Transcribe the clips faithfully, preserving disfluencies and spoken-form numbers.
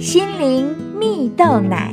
心灵蜜豆奶。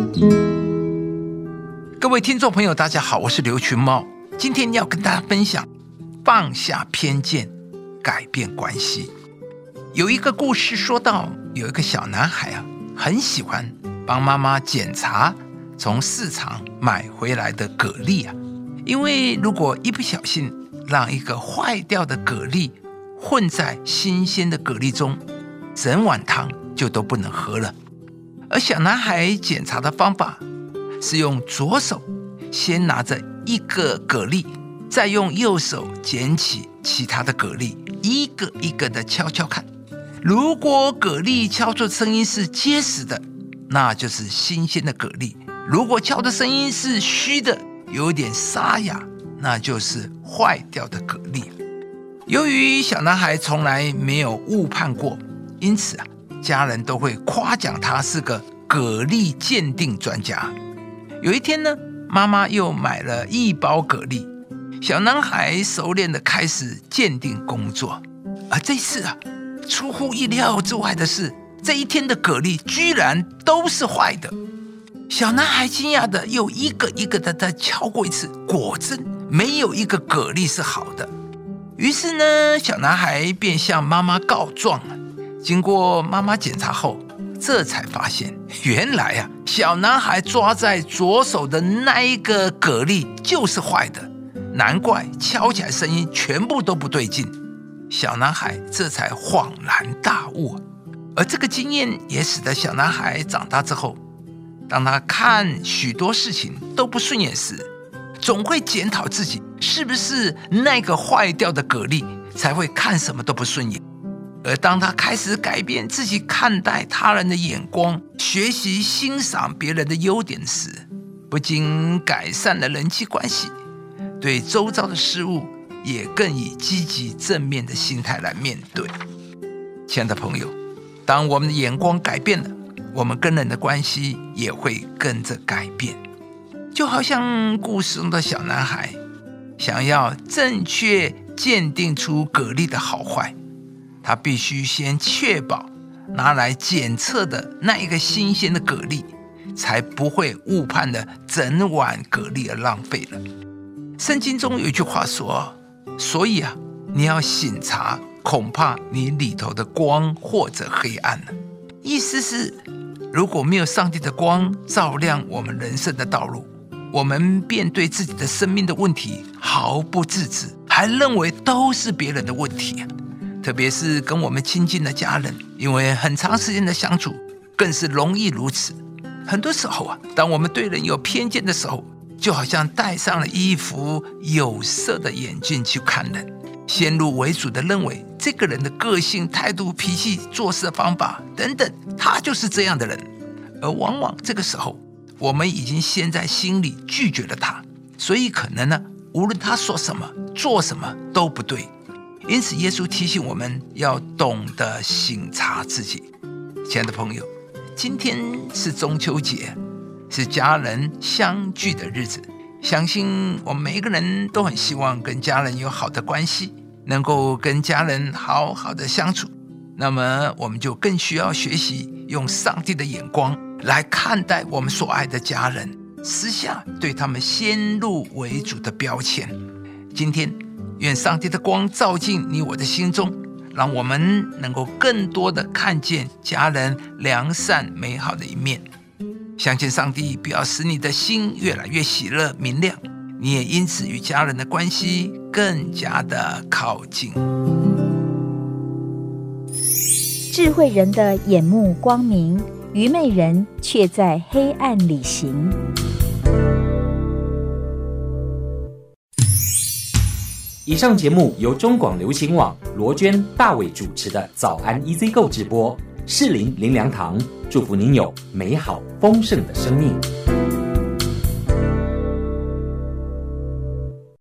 各位听众朋友大家好，我是刘群茂，今天要跟大家分享放下偏见，改变关系。有一个故事说到，有一个小男孩啊，很喜欢帮妈妈检查从市场买回来的蛤蜊啊，因为如果一不小心让一个坏掉的蛤蜊混在新鲜的蛤蜊中，整碗汤就都不能喝了。而小男孩检查的方法是用左手先拿着一个蛤蜊，再用右手捡起其他的蛤蜊，一个一个的敲敲看。如果蛤蜊敲出声音是结实的，那就是新鲜的蛤蜊；如果敲的声音是虚的，有点沙哑，那就是坏掉的蛤蜊。由于小男孩从来没有误判过，因此啊，家人都会夸奖他是个蛤蜊鉴定专家。有一天呢，妈妈又买了一包蛤蜊，小男孩熟练地开始鉴定工作。而这次啊，出乎意料之外的是，这一天的蛤蜊居然都是坏的。小男孩惊讶的又一个一个的再敲过一次，果真没有一个蛤蜊是好的。于是呢，小男孩便向妈妈告状了。经过妈妈检查后，这才发现原来啊，小男孩抓在左手的那一个蛤蜊就是坏的，难怪敲起来声音全部都不对劲。小男孩这才恍然大悟，而这个经验也使得小男孩长大之后，当他看许多事情都不顺眼时，总会检讨自己是不是那个坏掉的蛤蜊才会看什么都不顺眼。而当他开始改变自己看待他人的眼光，学习欣赏别人的优点时，不仅改善了人际关系，对周遭的事物也更以积极正面的心态来面对。亲爱的朋友，当我们的眼光改变了，我们跟人的关系也会跟着改变。就好像故事中的小男孩，想要正确鉴定出蛤蜊的好坏，他必须先确保拿来检测的那一个新鲜的蛤蜊才不会误判了整碗蛤蜊而浪费了。圣经中有一句话说，所以啊，你要省察，恐怕你里头的光或者黑暗了。意思是，如果没有上帝的光照亮我们人生的道路，我们便对自己的生命的问题毫不自知，还认为都是别人的问题。特别是跟我们亲近的家人，因为很长时间的相处，更是容易如此。很多时候啊，当我们对人有偏见的时候，就好像戴上了一副有色的眼镜去看人，先入为主的认为这个人的个性、态度、脾气、做事的方法等等，他就是这样的人。而往往这个时候，我们已经先在心里拒绝了他，所以可能呢，无论他说什么、做什么都不对。因此耶稣提醒我们要懂得省察自己。亲爱的朋友，今天是中秋节，是家人相聚的日子，相信我们每一个人都很希望跟家人有好的关系，能够跟家人好好的相处。那么我们就更需要学习用上帝的眼光来看待我们所爱的家人，撕下对他们先入为主的标签。今天愿上帝的光照进你我的心中，让我们能够更多的看见家人良善美好的一面。相信上帝必要使你的心越来越喜乐明亮，你也因此与家人的关系更加的靠近。 智慧人的眼目光明，愚昧人却在黑暗里行。 以上节目由中广流行网罗娟、大伟主持的早安 E Z 购直播，士林林良堂祝福您有美好丰盛的生命。